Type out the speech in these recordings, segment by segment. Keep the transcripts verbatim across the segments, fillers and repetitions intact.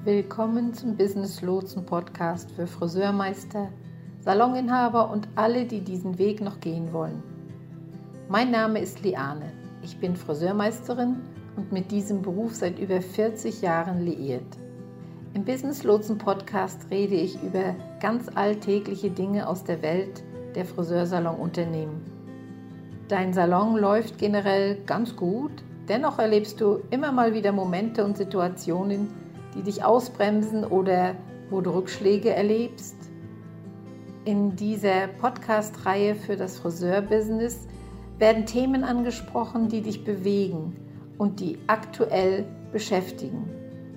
Willkommen zum Business Lotsen Podcast für Friseurmeister, Saloninhaber und alle, die diesen Weg noch gehen wollen. Mein Name ist Liane. Ich bin Friseurmeisterin und mit diesem Beruf seit über vierzig Jahren liiert. Im Business Lotsen Podcast rede ich über ganz alltägliche Dinge aus der Welt der Friseursalonunternehmen. Dein Salon läuft generell ganz gut, dennoch erlebst du immer mal wieder Momente und Situationen, die dich ausbremsen oder wo du Rückschläge erlebst. In dieser Podcast-Reihe für das Friseurbusiness werden Themen angesprochen, die dich bewegen und die aktuell beschäftigen.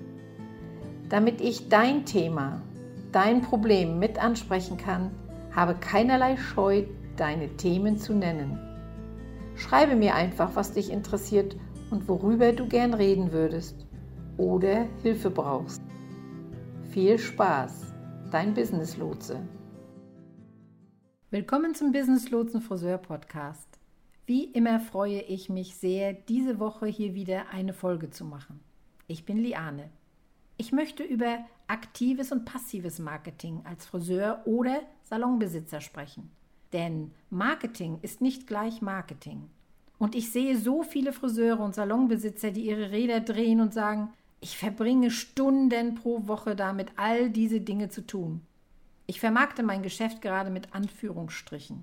Damit ich dein Thema, dein Problem mit ansprechen kann, habe keinerlei Scheu, deine Themen zu nennen. Schreibe mir einfach, was dich interessiert und worüber du gern reden würdest oder Hilfe brauchst. Viel Spaß, dein Business Lotse. Willkommen zum Business Lotsen Friseur Podcast. Wie immer freue ich mich sehr, diese Woche hier wieder eine Folge zu machen. Ich bin Liane. Ich möchte über aktives und passives Marketing als Friseur oder Salonbesitzer sprechen. Denn Marketing ist nicht gleich Marketing. Und ich sehe so viele Friseure und Salonbesitzer, die ihre Räder drehen und sagen, ich verbringe Stunden pro Woche damit, all diese Dinge zu tun. Ich vermarkte mein Geschäft gerade mit Anführungsstrichen.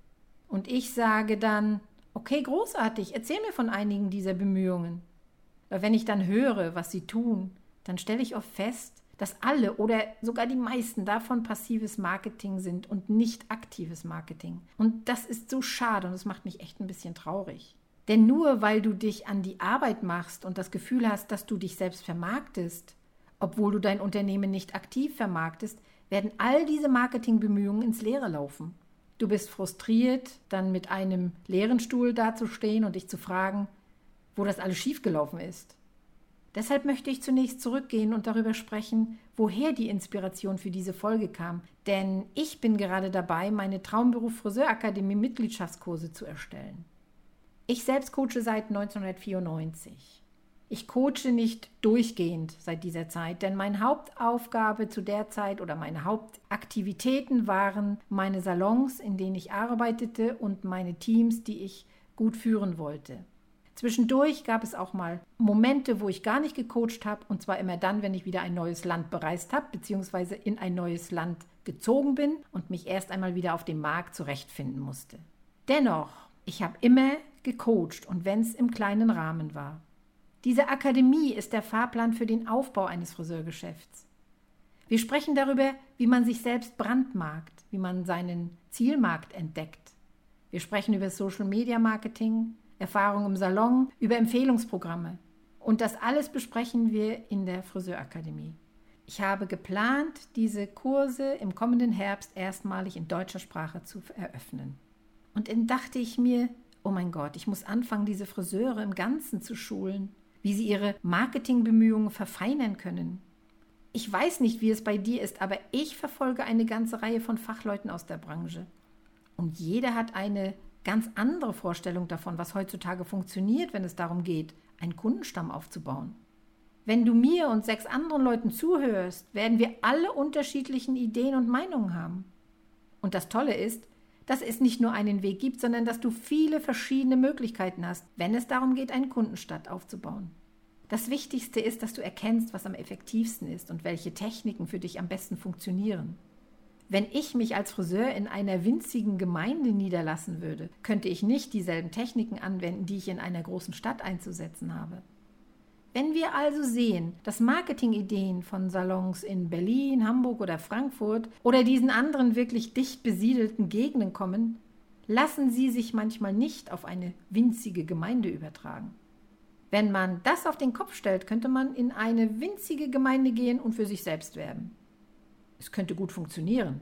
Und ich sage dann, okay, großartig, erzähl mir von einigen dieser Bemühungen. Aber wenn ich dann höre, was sie tun, dann stelle ich oft fest, dass alle oder sogar die meisten davon passives Marketing sind und nicht aktives Marketing. Und das ist so schade und das macht mich echt ein bisschen traurig. Denn nur weil du dich an die Arbeit machst und das Gefühl hast, dass du dich selbst vermarktest, obwohl du dein Unternehmen nicht aktiv vermarktest, werden all diese Marketingbemühungen ins Leere laufen. Du bist frustriert, dann mit einem leeren Stuhl dazustehen und dich zu fragen, wo das alles schiefgelaufen ist. Deshalb möchte ich zunächst zurückgehen und darüber sprechen, woher die Inspiration für diese Folge kam. Denn ich bin gerade dabei, meine Traumberuf Friseurakademie Mitgliedschaftskurse zu erstellen. Ich selbst coache seit neunzehnhundertvierundneunzig. Ich coache nicht durchgehend seit dieser Zeit, denn meine Hauptaufgabe zu der Zeit oder meine Hauptaktivitäten waren meine Salons, in denen ich arbeitete und meine Teams, die ich gut führen wollte. Zwischendurch gab es auch mal Momente, wo ich gar nicht gecoacht habe, und zwar immer dann, wenn ich wieder ein neues Land bereist habe, beziehungsweise in ein neues Land gezogen bin und mich erst einmal wieder auf dem Markt zurechtfinden musste. Dennoch, ich habe immer gecoacht und wenn es im kleinen Rahmen war. Diese Akademie ist der Fahrplan für den Aufbau eines Friseurgeschäfts. Wir sprechen darüber, wie man sich selbst brandmarkt, wie man seinen Zielmarkt entdeckt. Wir sprechen über Social Media Marketing, Erfahrung im Salon, über Empfehlungsprogramme. Und das alles besprechen wir in der Friseurakademie. Ich habe geplant, diese Kurse im kommenden Herbst erstmalig in deutscher Sprache zu eröffnen. Und dann dachte ich mir, oh mein Gott, ich muss anfangen, diese Friseure im Ganzen zu schulen, wie sie ihre Marketingbemühungen verfeinern können. Ich weiß nicht, wie es bei dir ist, aber ich verfolge eine ganze Reihe von Fachleuten aus der Branche. Und jeder hat eine ganz andere Vorstellung davon, was heutzutage funktioniert, wenn es darum geht, einen Kundenstamm aufzubauen. Wenn du mir und sechs anderen Leuten zuhörst, werden wir alle unterschiedlichen Ideen und Meinungen haben. Und das Tolle ist, dass es nicht nur einen Weg gibt, sondern dass du viele verschiedene Möglichkeiten hast, wenn es darum geht, einen Kundenstamm aufzubauen. Das Wichtigste ist, dass du erkennst, was am effektivsten ist und welche Techniken für dich am besten funktionieren. Wenn ich mich als Friseur in einer winzigen Gemeinde niederlassen würde, könnte ich nicht dieselben Techniken anwenden, die ich in einer großen Stadt einzusetzen habe. Wenn wir also sehen, dass Marketingideen von Salons in Berlin, Hamburg oder Frankfurt oder diesen anderen wirklich dicht besiedelten Gegenden kommen, lassen sie sich manchmal nicht auf eine winzige Gemeinde übertragen. Wenn man das auf den Kopf stellt, könnte man in eine winzige Gemeinde gehen und für sich selbst werben. Es könnte gut funktionieren.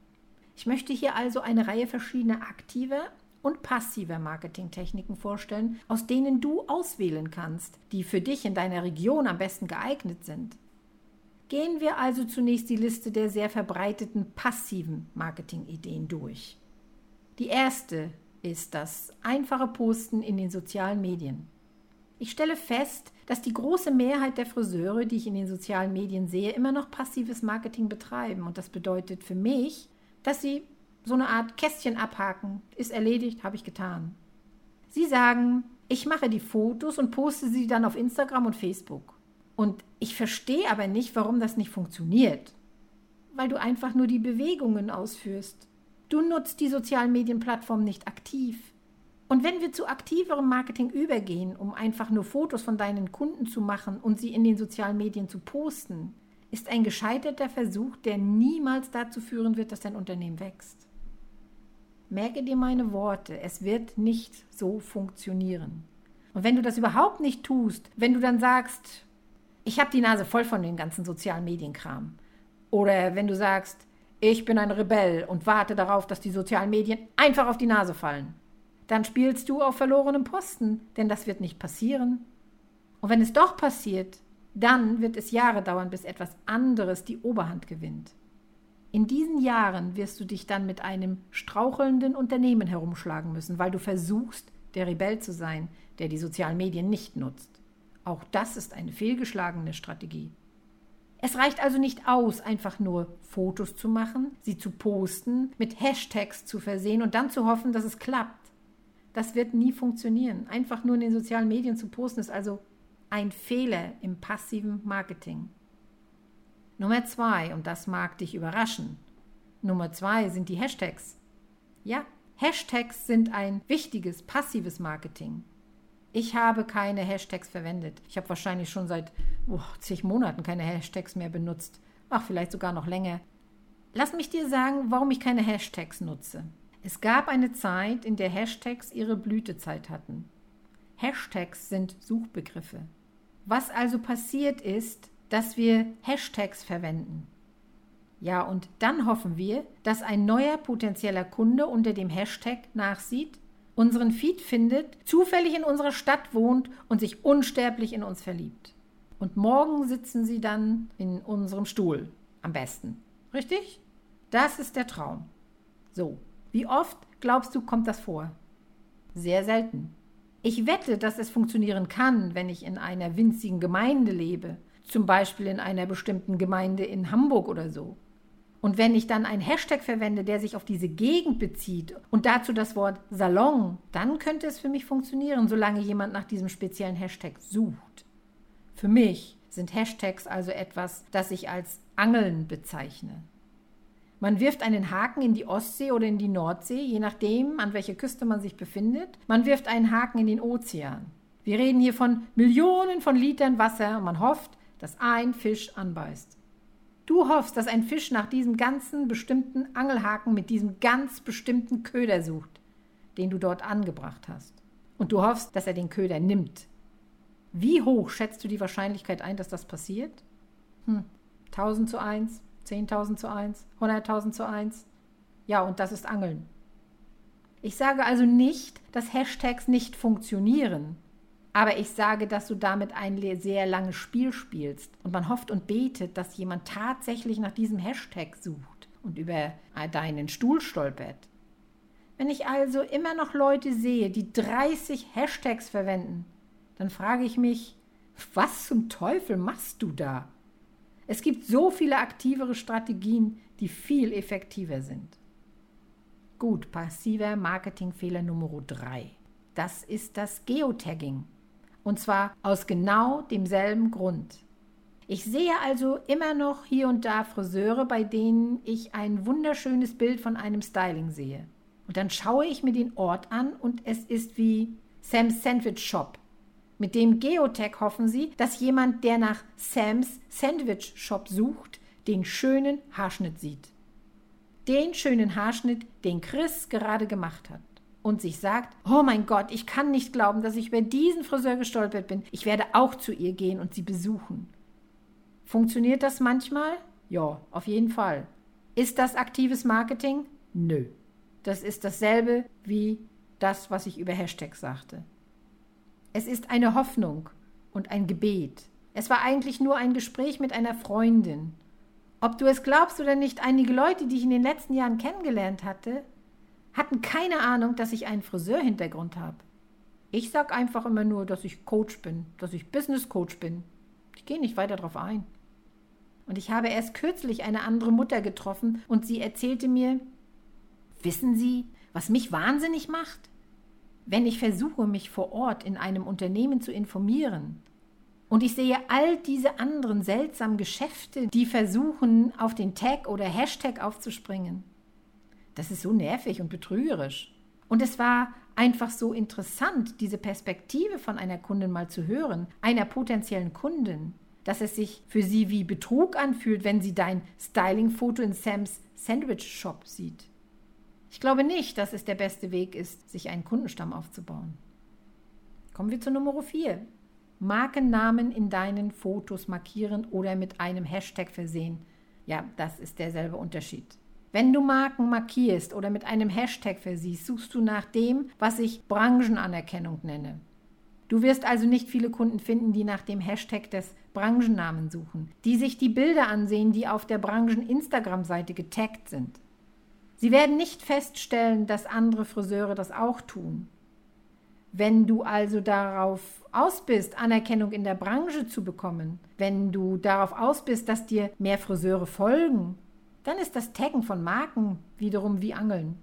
Ich möchte hier also eine Reihe verschiedener aktiver und passiver Marketingtechniken vorstellen, aus denen du auswählen kannst, die für dich in deiner Region am besten geeignet sind. Gehen wir also zunächst die Liste der sehr verbreiteten passiven Marketingideen durch. Die erste ist das einfache Posten in den sozialen Medien. Ich stelle fest, dass die große Mehrheit der Friseure, die ich in den sozialen Medien sehe, immer noch passives Marketing betreiben. Und das bedeutet für mich, dass sie so eine Art Kästchen abhaken. Ist erledigt, habe ich getan. Sie sagen, ich mache die Fotos und poste sie dann auf Instagram und Facebook. Und ich verstehe aber nicht, warum das nicht funktioniert. Weil du einfach nur die Bewegungen ausführst. Du nutzt die sozialen Medienplattformen nicht aktiv. Und wenn wir zu aktiverem Marketing übergehen, um einfach nur Fotos von deinen Kunden zu machen und sie in den sozialen Medien zu posten, ist ein gescheiterter Versuch, der niemals dazu führen wird, dass dein Unternehmen wächst. Merke dir meine Worte, es wird nicht so funktionieren. Und wenn du das überhaupt nicht tust, wenn du dann sagst, ich habe die Nase voll von dem ganzen sozialen Medienkram, oder wenn du sagst, ich bin ein Rebell und warte darauf, dass die sozialen Medien einfach auf die Nase fallen, dann spielst du auf verlorenem Posten, denn das wird nicht passieren. Und wenn es doch passiert, dann wird es Jahre dauern, bis etwas anderes die Oberhand gewinnt. In diesen Jahren wirst du dich dann mit einem strauchelnden Unternehmen herumschlagen müssen, weil du versuchst, der Rebell zu sein, der die sozialen Medien nicht nutzt. Auch das ist eine fehlgeschlagene Strategie. Es reicht also nicht aus, einfach nur Fotos zu machen, sie zu posten, mit Hashtags zu versehen und dann zu hoffen, dass es klappt. Das wird nie funktionieren. Einfach nur in den sozialen Medien zu posten, ist also ein Fehler im passiven Marketing. Nummer zwei, und das mag dich überraschen, Nummer zwei sind die Hashtags. Ja, Hashtags sind ein wichtiges, passives Marketing. Ich habe keine Hashtags verwendet. Ich habe wahrscheinlich schon seit oh, zig Monaten keine Hashtags mehr benutzt. Ach, vielleicht sogar noch länger. Lass mich dir sagen, warum ich keine Hashtags nutze. Es gab eine Zeit, in der Hashtags ihre Blütezeit hatten. Hashtags sind Suchbegriffe. Was also passiert ist, dass wir Hashtags verwenden. Ja, und dann hoffen wir, dass ein neuer potenzieller Kunde unter dem Hashtag nachsieht, unseren Feed findet, zufällig in unserer Stadt wohnt und sich unsterblich in uns verliebt. Und morgen sitzen sie dann in unserem Stuhl, am besten. Richtig? Das ist der Traum. So, wie oft, glaubst du, kommt das vor? Sehr selten. Ich wette, dass es funktionieren kann, wenn ich in einer winzigen Gemeinde lebe, zum Beispiel in einer bestimmten Gemeinde in Hamburg oder so. Und wenn ich dann einen Hashtag verwende, der sich auf diese Gegend bezieht und dazu das Wort Salon, dann könnte es für mich funktionieren, solange jemand nach diesem speziellen Hashtag sucht. Für mich sind Hashtags also etwas, das ich als Angeln bezeichne. Man wirft einen Haken in die Ostsee oder in die Nordsee, je nachdem, an welcher Küste man sich befindet. Man wirft einen Haken in den Ozean. Wir reden hier von Millionen von Litern Wasser und man hofft, dass ein Fisch anbeißt. Du hoffst, dass ein Fisch nach diesem ganzen bestimmten Angelhaken mit diesem ganz bestimmten Köder sucht, den du dort angebracht hast. Und du hoffst, dass er den Köder nimmt. Wie hoch schätzt du die Wahrscheinlichkeit ein, dass das passiert? Hm, tausend zu eins, zehntausend zu eins, hunderttausend zu eins. Ja, und das ist Angeln. Ich sage also nicht, dass Hashtags nicht funktionieren. Aber ich sage, dass du damit ein sehr langes Spiel spielst und man hofft und betet, dass jemand tatsächlich nach diesem Hashtag sucht und über deinen Stuhl stolpert. Wenn ich also immer noch Leute sehe, die dreißig Hashtags verwenden, dann frage ich mich, was zum Teufel machst du da? Es gibt so viele aktivere Strategien, die viel effektiver sind. Gut, passiver Marketingfehler Nummer drei. Das ist das Geotagging. Und zwar aus genau demselben Grund. Ich sehe also immer noch hier und da Friseure, bei denen ich ein wunderschönes Bild von einem Styling sehe. Und dann schaue ich mir den Ort an und es ist wie Sam's Sandwich Shop. Mit dem Geotag hoffen sie, dass jemand, der nach Sam's Sandwich Shop sucht, den schönen Haarschnitt sieht. Den schönen Haarschnitt, den Chris gerade gemacht hat. Und sich sagt, oh mein Gott, ich kann nicht glauben, dass ich über diesen Friseur gestolpert bin. Ich werde auch zu ihr gehen und sie besuchen. Funktioniert das manchmal? Ja, auf jeden Fall. Ist das aktives Marketing? Nö. Das ist dasselbe wie das, was ich über Hashtags sagte. Es ist eine Hoffnung und ein Gebet. Es war eigentlich nur ein Gespräch mit einer Freundin. Ob du es glaubst oder nicht, einige Leute, die ich in den letzten Jahren kennengelernt hatte, hatten keine Ahnung, dass ich einen Friseurhintergrund habe. Ich sage einfach immer nur, dass ich Coach bin, dass ich Business Coach bin. Ich gehe nicht weiter darauf ein. Und ich habe erst kürzlich eine andere Mutter getroffen und sie erzählte mir, wissen Sie, was mich wahnsinnig macht? Wenn ich versuche, mich vor Ort in einem Unternehmen zu informieren und ich sehe all diese anderen seltsamen Geschäfte, die versuchen, auf den Tag oder Hashtag aufzuspringen. Das ist so nervig und betrügerisch. Und es war einfach so interessant, diese Perspektive von einer Kundin mal zu hören, einer potenziellen Kundin, dass es sich für sie wie Betrug anfühlt, wenn sie dein Styling-Foto in Sams Sandwich-Shop sieht. Ich glaube nicht, dass es der beste Weg ist, sich einen Kundenstamm aufzubauen. Kommen wir zur Nummer vier. Markennamen in deinen Fotos markieren oder mit einem Hashtag versehen. Ja, das ist derselbe Unterschied. Wenn du Marken markierst oder mit einem Hashtag versiehst, suchst du nach dem, was ich Branchenanerkennung nenne. Du wirst also nicht viele Kunden finden, die nach dem Hashtag des Branchennamen suchen, die sich die Bilder ansehen, die auf der Branchen-Instagram-Seite getaggt sind. Sie werden nicht feststellen, dass andere Friseure das auch tun. Wenn du also darauf aus bist, Anerkennung in der Branche zu bekommen, wenn du darauf aus bist, dass dir mehr Friseure folgen, dann ist das Taggen von Marken wiederum wie Angeln.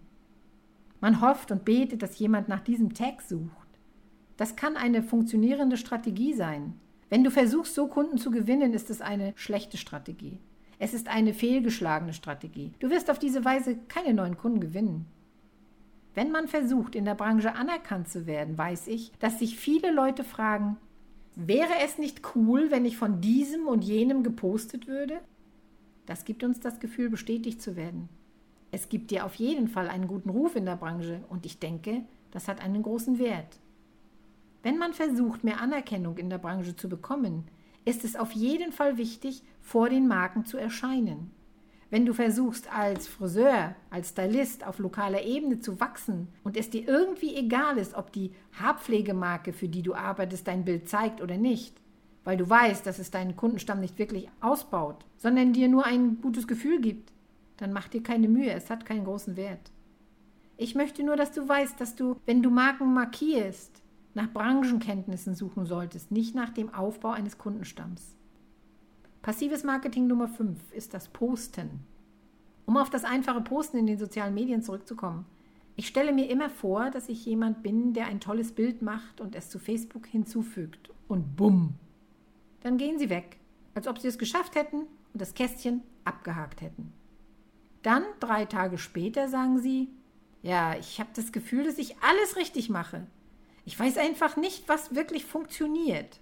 Man hofft und betet, dass jemand nach diesem Tag sucht. Das kann eine funktionierende Strategie sein. Wenn du versuchst, so Kunden zu gewinnen, ist es eine schlechte Strategie. Es ist eine fehlgeschlagene Strategie. Du wirst auf diese Weise keine neuen Kunden gewinnen. Wenn man versucht, in der Branche anerkannt zu werden, weiß ich, dass sich viele Leute fragen, wäre es nicht cool, wenn ich von diesem und jenem gepostet würde? Das gibt uns das Gefühl, bestätigt zu werden. Es gibt dir auf jeden Fall einen guten Ruf in der Branche und ich denke, das hat einen großen Wert. Wenn man versucht, mehr Anerkennung in der Branche zu bekommen, ist es auf jeden Fall wichtig, vor den Marken zu erscheinen. Wenn du versuchst, als Friseur, als Stylist auf lokaler Ebene zu wachsen und es dir irgendwie egal ist, ob die Haarpflegemarke, für die du arbeitest, dein Bild zeigt oder nicht, weil du weißt, dass es deinen Kundenstamm nicht wirklich ausbaut, sondern dir nur ein gutes Gefühl gibt, dann mach dir keine Mühe, es hat keinen großen Wert. Ich möchte nur, dass du weißt, dass du, wenn du Marken markierst, nach Branchenkenntnissen suchen solltest, nicht nach dem Aufbau eines Kundenstamms. Passives Marketing Nummer fünf ist das Posten. Um auf das einfache Posten in den sozialen Medien zurückzukommen. Ich stelle mir immer vor, dass ich jemand bin, der ein tolles Bild macht und es zu Facebook hinzufügt. Und bumm! Dann gehen sie weg, als ob sie es geschafft hätten und das Kästchen abgehakt hätten. Dann, drei Tage später, sagen sie, ja, ich habe das Gefühl, dass ich alles richtig mache. Ich weiß einfach nicht, was wirklich funktioniert.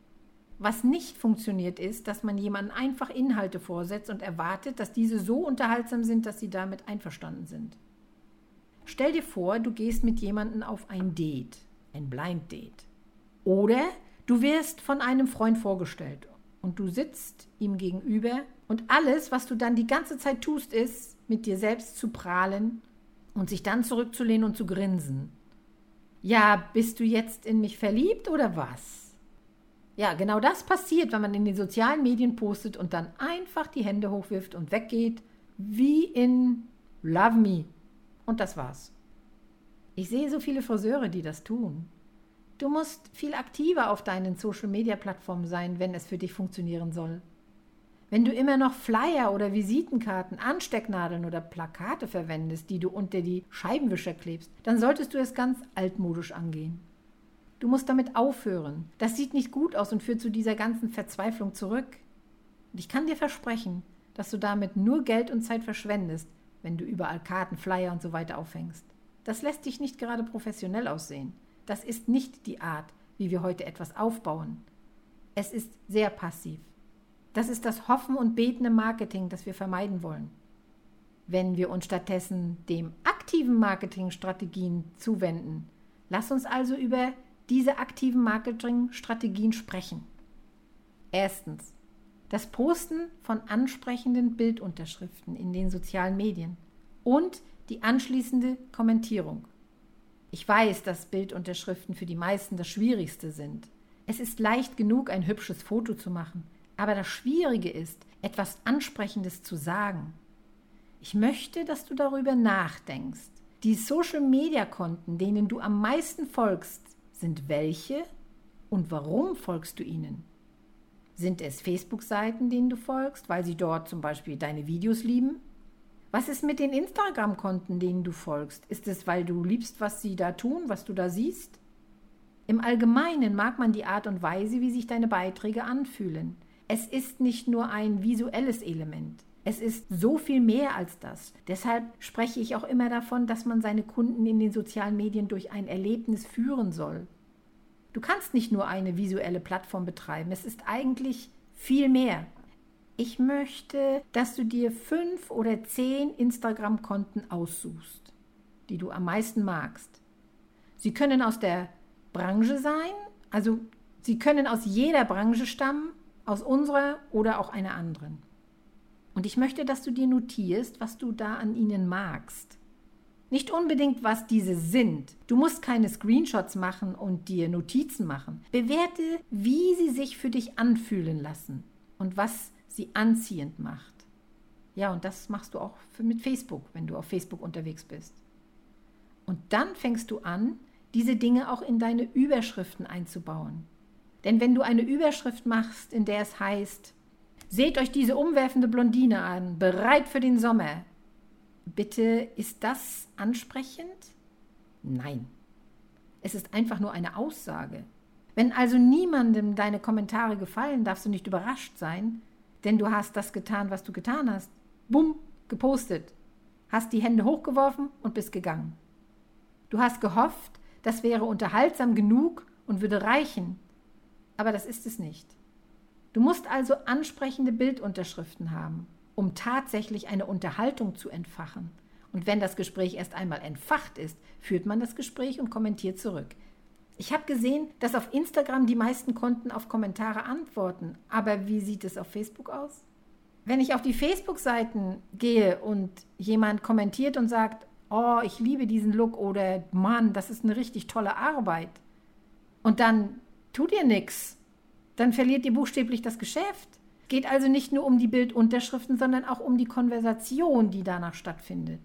Was nicht funktioniert ist, dass man jemandem einfach Inhalte vorsetzt und erwartet, dass diese so unterhaltsam sind, dass sie damit einverstanden sind. Stell dir vor, du gehst mit jemandem auf ein Date, ein Blind Date. Oder du wirst von einem Freund vorgestellt und du sitzt ihm gegenüber und alles, was du dann die ganze Zeit tust, ist, mit dir selbst zu prahlen und sich dann zurückzulehnen und zu grinsen. Ja, bist du jetzt in mich verliebt oder was? Ja, genau das passiert, wenn man in den sozialen Medien postet und dann einfach die Hände hochwirft und weggeht, wie in Love Me. Und das war's. Ich sehe so viele Friseure, die das tun. Du musst viel aktiver auf deinen Social-Media-Plattformen sein, wenn es für dich funktionieren soll. Wenn du immer noch Flyer oder Visitenkarten, Anstecknadeln oder Plakate verwendest, die du unter die Scheibenwischer klebst, dann solltest du es ganz altmodisch angehen. Du musst damit aufhören. Das sieht nicht gut aus und führt zu dieser ganzen Verzweiflung zurück. Und ich kann dir versprechen, dass du damit nur Geld und Zeit verschwendest, wenn du überall Karten, Flyer und so weiter aufhängst. Das lässt dich nicht gerade professionell aussehen. Das ist nicht die Art, wie wir heute etwas aufbauen. Es ist sehr passiv. Das ist das Hoffen und Beten im Marketing, das wir vermeiden wollen. Wenn wir uns stattdessen dem aktiven Marketingstrategien zuwenden, lass uns also über diese aktiven Marketingstrategien sprechen. Erstens, das Posten von ansprechenden Bildunterschriften in den sozialen Medien und die anschließende Kommentierung. Ich weiß, dass Bildunterschriften für die meisten das Schwierigste sind. Es ist leicht genug, ein hübsches Foto zu machen, aber das Schwierige ist, etwas Ansprechendes zu sagen. Ich möchte, dass du darüber nachdenkst. Die Social-Media-Konten, denen du am meisten folgst, sind welche und warum folgst du ihnen? Sind es Facebook-Seiten, denen du folgst, weil sie dort zum Beispiel deine Videos lieben? Was ist mit den Instagram-Konten, denen du folgst? Ist es, weil du liebst, was sie da tun, was du da siehst? Im Allgemeinen mag man die Art und Weise, wie sich deine Beiträge anfühlen. Es ist nicht nur ein visuelles Element. Es ist so viel mehr als das. Deshalb spreche ich auch immer davon, dass man seine Kunden in den sozialen Medien durch ein Erlebnis führen soll. Du kannst nicht nur eine visuelle Plattform betreiben. Es ist eigentlich viel mehr. Ich möchte, dass du dir fünf oder zehn Instagram-Konten aussuchst, die du am meisten magst. Sie können aus der Branche sein, also sie können aus jeder Branche stammen, aus unserer oder auch einer anderen. Und ich möchte, dass du dir notierst, was du da an ihnen magst. Nicht unbedingt, was diese sind. Du musst keine Screenshots machen und dir Notizen machen. Bewerte, wie sie sich für dich anfühlen lassen und was sie anziehend macht. Ja, und das machst du auch für, mit Facebook, wenn du auf Facebook unterwegs bist. Und dann fängst du an, diese Dinge auch in deine Überschriften einzubauen. Denn wenn du eine Überschrift machst, in der es heißt, seht euch diese umwerfende Blondine an, bereit für den Sommer. Bitte, ist das ansprechend? Nein. Es ist einfach nur eine Aussage. Wenn also niemandem deine Kommentare gefallen, darfst du nicht überrascht sein, denn du hast das getan, was du getan hast. Bumm, gepostet. Hast die Hände hochgeworfen und bist gegangen. Du hast gehofft, das wäre unterhaltsam genug und würde reichen. Aber das ist es nicht. Du musst also ansprechende Bildunterschriften haben, um tatsächlich eine Unterhaltung zu entfachen. Und wenn das Gespräch erst einmal entfacht ist, führt man das Gespräch und kommentiert zurück. Ich habe gesehen, dass auf Instagram die meisten Konten auf Kommentare antworten. Aber wie sieht es auf Facebook aus? Wenn ich auf die Facebook-Seiten gehe und jemand kommentiert und sagt, oh, ich liebe diesen Look oder Mann, das ist eine richtig tolle Arbeit. Und dann tut ihr nichts. Dann verliert ihr buchstäblich das Geschäft. Geht also nicht nur um die Bildunterschriften, sondern auch um die Konversation, die danach stattfindet.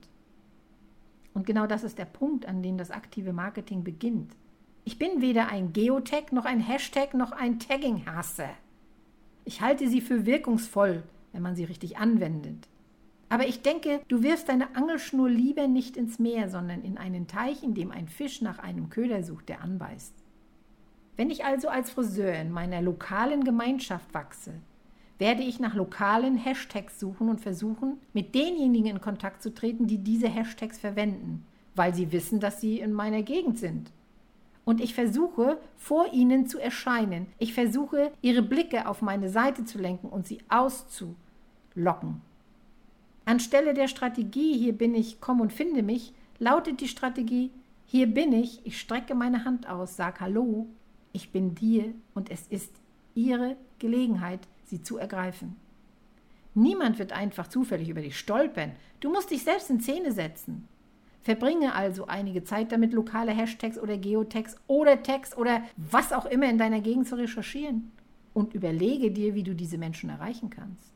Und genau das ist der Punkt, an dem das aktive Marketing beginnt. Ich bin weder ein Geotag, noch ein Hashtag, noch ein Tagging-Hasser. Ich halte sie für wirkungsvoll, wenn man sie richtig anwendet. Aber ich denke, du wirfst deine Angelschnur lieber nicht ins Meer, sondern in einen Teich, in dem ein Fisch nach einem Köder sucht, der anbeißt. Wenn ich also als Friseur in meiner lokalen Gemeinschaft wachse, werde ich nach lokalen Hashtags suchen und versuchen, mit denjenigen in Kontakt zu treten, die diese Hashtags verwenden, weil sie wissen, dass sie in meiner Gegend sind. Und ich versuche, vor ihnen zu erscheinen. Ich versuche, ihre Blicke auf meine Seite zu lenken und sie auszulocken. Anstelle der Strategie, hier bin ich, komm und finde mich, lautet die Strategie, hier bin ich, ich strecke meine Hand aus, sag Hallo, ich bin dir und es ist ihre Gelegenheit, sie zu ergreifen. Niemand wird einfach zufällig über dich stolpern. Du musst dich selbst in Szene setzen. Verbringe also einige Zeit damit, lokale Hashtags oder Geotags oder Tags oder was auch immer in deiner Gegend zu recherchieren und überlege dir, wie du diese Menschen erreichen kannst.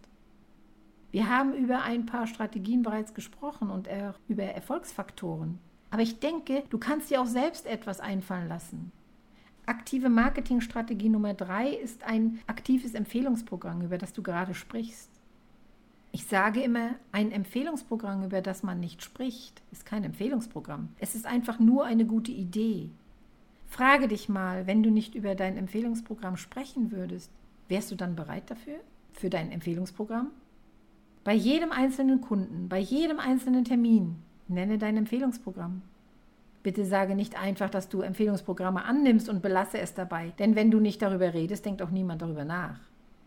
Wir haben über ein paar Strategien bereits gesprochen und auch über Erfolgsfaktoren. Aber ich denke, du kannst dir auch selbst etwas einfallen lassen. Aktive Marketingstrategie Nummer drei ist ein aktives Empfehlungsprogramm, über das du gerade sprichst. Ich sage immer, ein Empfehlungsprogramm, über das man nicht spricht, ist kein Empfehlungsprogramm. Es ist einfach nur eine gute Idee. Frage dich mal, wenn du nicht über dein Empfehlungsprogramm sprechen würdest, wärst du dann bereit dafür? Für dein Empfehlungsprogramm? Bei jedem einzelnen Kunden, bei jedem einzelnen Termin, nenne dein Empfehlungsprogramm. Bitte sage nicht einfach, dass du Empfehlungsprogramme annimmst und belasse es dabei, denn wenn du nicht darüber redest, denkt auch niemand darüber nach.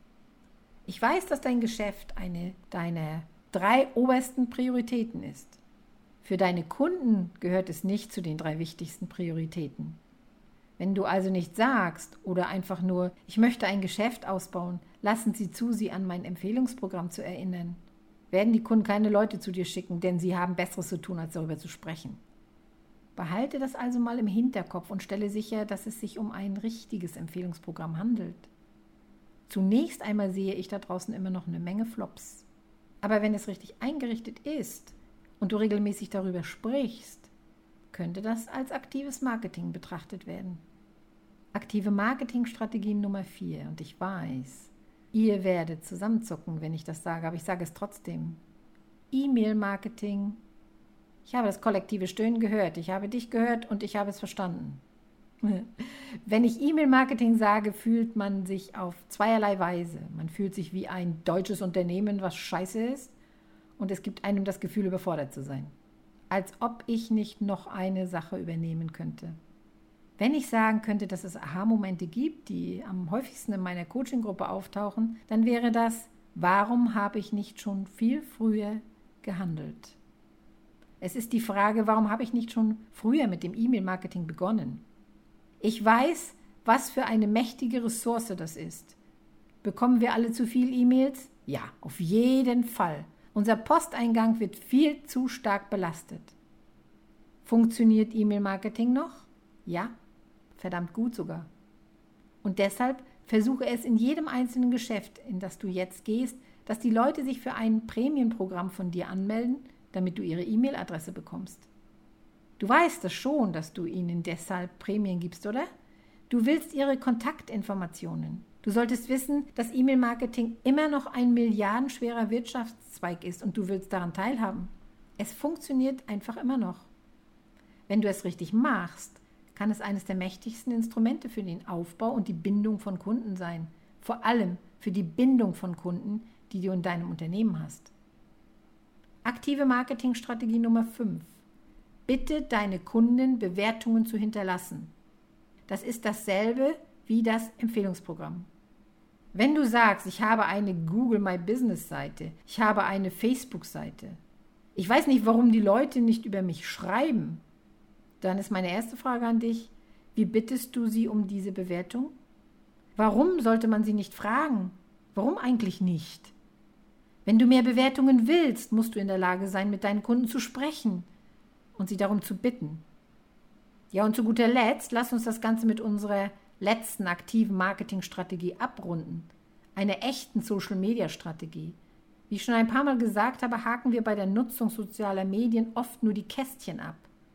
Ich weiß, dass dein Geschäft eine deiner drei obersten Prioritäten ist. Für deine Kunden gehört es nicht zu den drei wichtigsten Prioritäten. Wenn du also nicht sagst oder einfach nur, ich möchte ein Geschäft ausbauen, lassen sie zu, sie an mein Empfehlungsprogramm zu erinnern, werden die Kunden keine Leute zu dir schicken, denn sie haben Besseres zu tun, als darüber zu sprechen. Behalte das also mal im Hinterkopf und stelle sicher, dass es sich um ein richtiges Empfehlungsprogramm handelt. Zunächst einmal sehe ich da draußen immer noch eine Menge Flops. Aber wenn es richtig eingerichtet ist und du regelmäßig darüber sprichst, könnte das als aktives Marketing betrachtet werden. Aktive Marketingstrategie Nummer vier. Und ich weiß, ihr werdet zusammenzucken, wenn ich das sage, aber ich sage es trotzdem. E-Mail-Marketing. Ich habe das kollektive Stöhnen gehört, ich habe dich gehört und ich habe es verstanden. Wenn ich E-Mail-Marketing sage, fühlt man sich auf zweierlei Weise. Man fühlt sich wie ein deutsches Unternehmen, was scheiße ist, und es gibt einem das Gefühl, überfordert zu sein. Als ob ich nicht noch eine Sache übernehmen könnte. Wenn ich sagen könnte, dass es Aha-Momente gibt, die am häufigsten in meiner Coaching-Gruppe auftauchen, dann wäre das, warum habe ich nicht schon viel früher gehandelt? Es ist die Frage, warum habe ich nicht schon früher mit dem E-Mail-Marketing begonnen? Ich weiß, was für eine mächtige Ressource das ist. Bekommen wir alle zu viel E-Mails? Ja, auf jeden Fall. Unser Posteingang wird viel zu stark belastet. Funktioniert E-Mail-Marketing noch? Ja, verdammt gut sogar. Und deshalb versuche es in jedem einzelnen Geschäft, in das du jetzt gehst, dass die Leute sich für ein Prämienprogramm von dir anmelden, damit du ihre E-Mail-Adresse bekommst. Du weißt es schon, dass du ihnen deshalb Prämien gibst, oder? Du willst ihre Kontaktinformationen. Du solltest wissen, dass E-Mail-Marketing immer noch ein milliardenschwerer Wirtschaftszweig ist und du willst daran teilhaben. Es funktioniert einfach immer noch. Wenn du es richtig machst, kann es eines der mächtigsten Instrumente für den Aufbau und die Bindung von Kunden sein. Vor allem für die Bindung von Kunden, die du in deinem Unternehmen hast. Aktive Marketingstrategie Nummer fünf. Bitte deine Kunden Bewertungen zu hinterlassen. Das ist dasselbe wie das Empfehlungsprogramm. Wenn du sagst, ich habe eine Google My Business Seite, ich habe eine Facebook Seite, ich weiß nicht, warum die Leute nicht über mich schreiben, dann ist meine erste Frage an dich, wie bittest du sie um diese Bewertung? Warum sollte man sie nicht fragen? Warum eigentlich nicht? Wenn du mehr Bewertungen willst, musst du in der Lage sein, mit deinen Kunden zu sprechen und sie darum zu bitten. Ja, und zu guter Letzt, lass uns das Ganze mit unserer letzten aktiven Marketingstrategie abrunden. Einer echten Social-Media-Strategie. Wie ich schon ein paar Mal gesagt habe, haken wir bei der Nutzung sozialer Medien oft nur die Kästchen ab.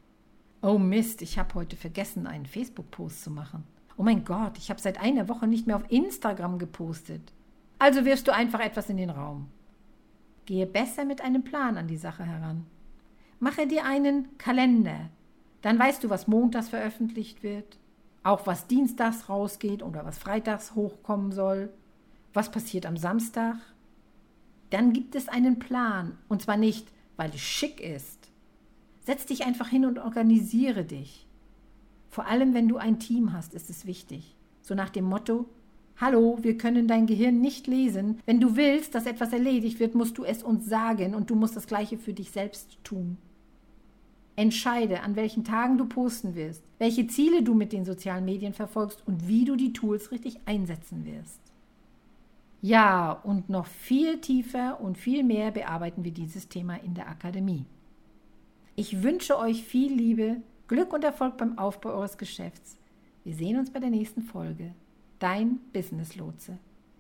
Oh Mist, ich habe heute vergessen, einen Facebook-Post zu machen. Oh mein Gott, ich habe seit einer Woche nicht mehr auf Instagram gepostet. Also wirfst du einfach etwas in den Raum. Gehe besser mit einem Plan an die Sache heran. Mache dir einen Kalender. Dann weißt du, was montags veröffentlicht wird, auch was dienstags rausgeht oder was freitags hochkommen soll, was passiert am Samstag. Dann gibt es einen Plan, und zwar nicht, weil es schick ist. Setz dich einfach hin und organisiere dich. Vor allem, wenn du ein Team hast, ist es wichtig. So nach dem Motto, hallo, wir können dein Gehirn nicht lesen. Wenn du willst, dass etwas erledigt wird, musst du es uns sagen und du musst das Gleiche für dich selbst tun. Entscheide, an welchen Tagen du posten wirst, welche Ziele du mit den sozialen Medien verfolgst und wie du die Tools richtig einsetzen wirst. Ja, und noch viel tiefer und viel mehr bearbeiten wir dieses Thema in der Akademie. Ich wünsche euch viel Liebe, Glück und Erfolg beim Aufbau eures Geschäfts. Wir sehen uns bei der nächsten Folge. Dein Business Lotse.